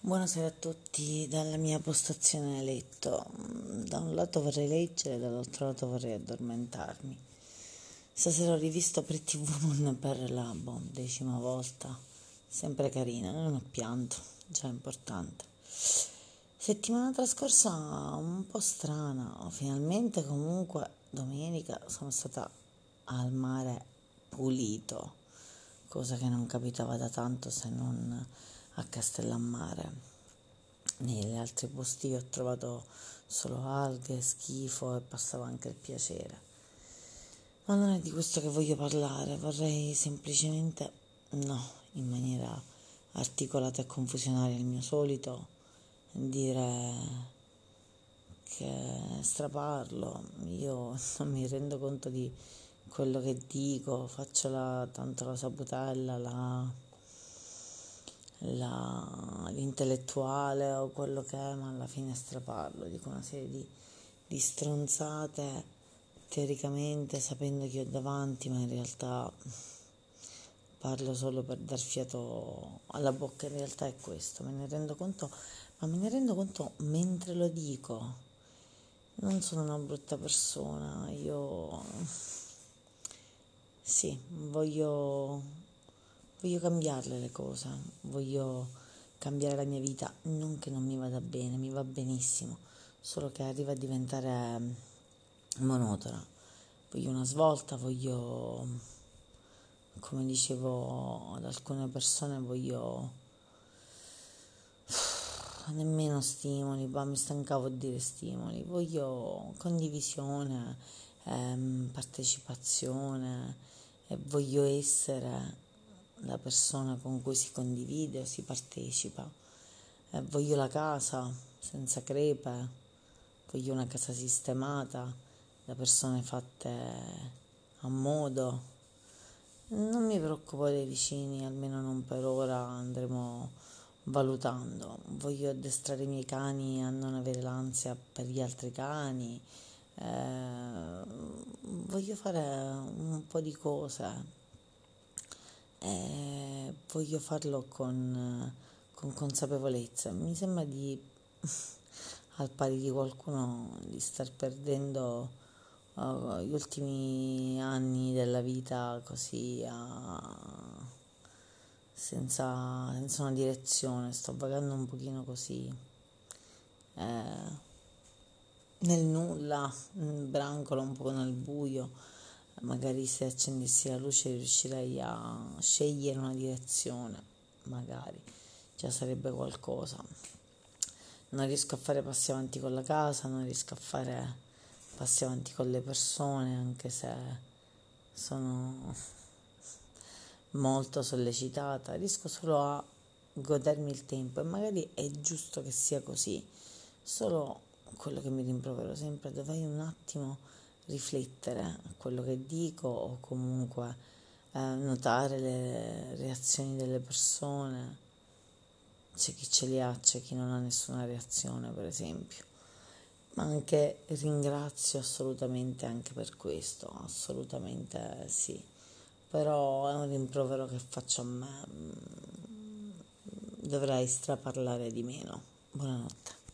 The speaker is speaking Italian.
Buonasera a tutti dalla mia postazione a letto. Da un lato vorrei leggere, dall'altro lato vorrei addormentarmi. Stasera ho rivisto Pretty Woman per la 10ª volta. Sempre carina, non ho pianto, già importante. Settimana trascorsa un po' strana. Finalmente comunque domenica sono stata al mare pulito, cosa che non capitava da tanto se non a Castellammare. Negli altri posti ho trovato solo alghe, schifo e passava anche il piacere. Ma non è di questo che voglio parlare, vorrei semplicemente, in maniera articolata e confusionaria il mio solito, dire che straparlo, io non mi rendo conto di quello che dico, faccio tanto la saputella, l'intellettuale o quello che è, ma alla fine straparlo, dico una serie di stronzate teoricamente sapendo che ho davanti, ma in realtà parlo solo per dar fiato alla bocca. In realtà è questo, me ne rendo conto, ma me ne rendo conto mentre lo dico. Non sono una brutta persona, io sì, voglio cambiarle le cose, voglio cambiare la mia vita, non che non mi vada bene, mi va benissimo, solo che arriva a diventare monotona. Voglio una svolta, voglio, come dicevo ad alcune persone, voglio nemmeno stimoli, mi stancavo di dire stimoli, voglio condivisione, partecipazione, e voglio essere la persona con cui si condivide o si partecipa. Voglio la casa senza crepe, voglio una casa sistemata da persone fatte a modo. Non mi preoccupo dei vicini, almeno non per ora, andremo valutando. Voglio addestrare i miei cani a non avere l'ansia per gli altri cani. Voglio fare un po' di cose. Voglio farlo con consapevolezza. Mi sembra al pari di qualcuno, di star perdendo gli ultimi anni della vita così senza una direzione. Sto vagando un pochino così nel nulla, brancolo un po' nel buio. Magari se accendessi la luce riuscirei a scegliere una direzione, magari già sarebbe qualcosa. Non riesco a fare passi avanti con la casa, non riesco a fare passi avanti con le persone, anche se sono molto sollecitata, riesco solo a godermi il tempo e magari è giusto che sia così. Solo quello che mi rimprovero sempre, dovrei un attimo riflettere a quello che dico o comunque notare le reazioni delle persone. C'è chi ce li ha, c'è chi non ha nessuna reazione, per esempio. Ma anche ringrazio assolutamente anche per questo, assolutamente sì. Però è un rimprovero che faccio a me. Dovrei straparlare di meno. Buonanotte.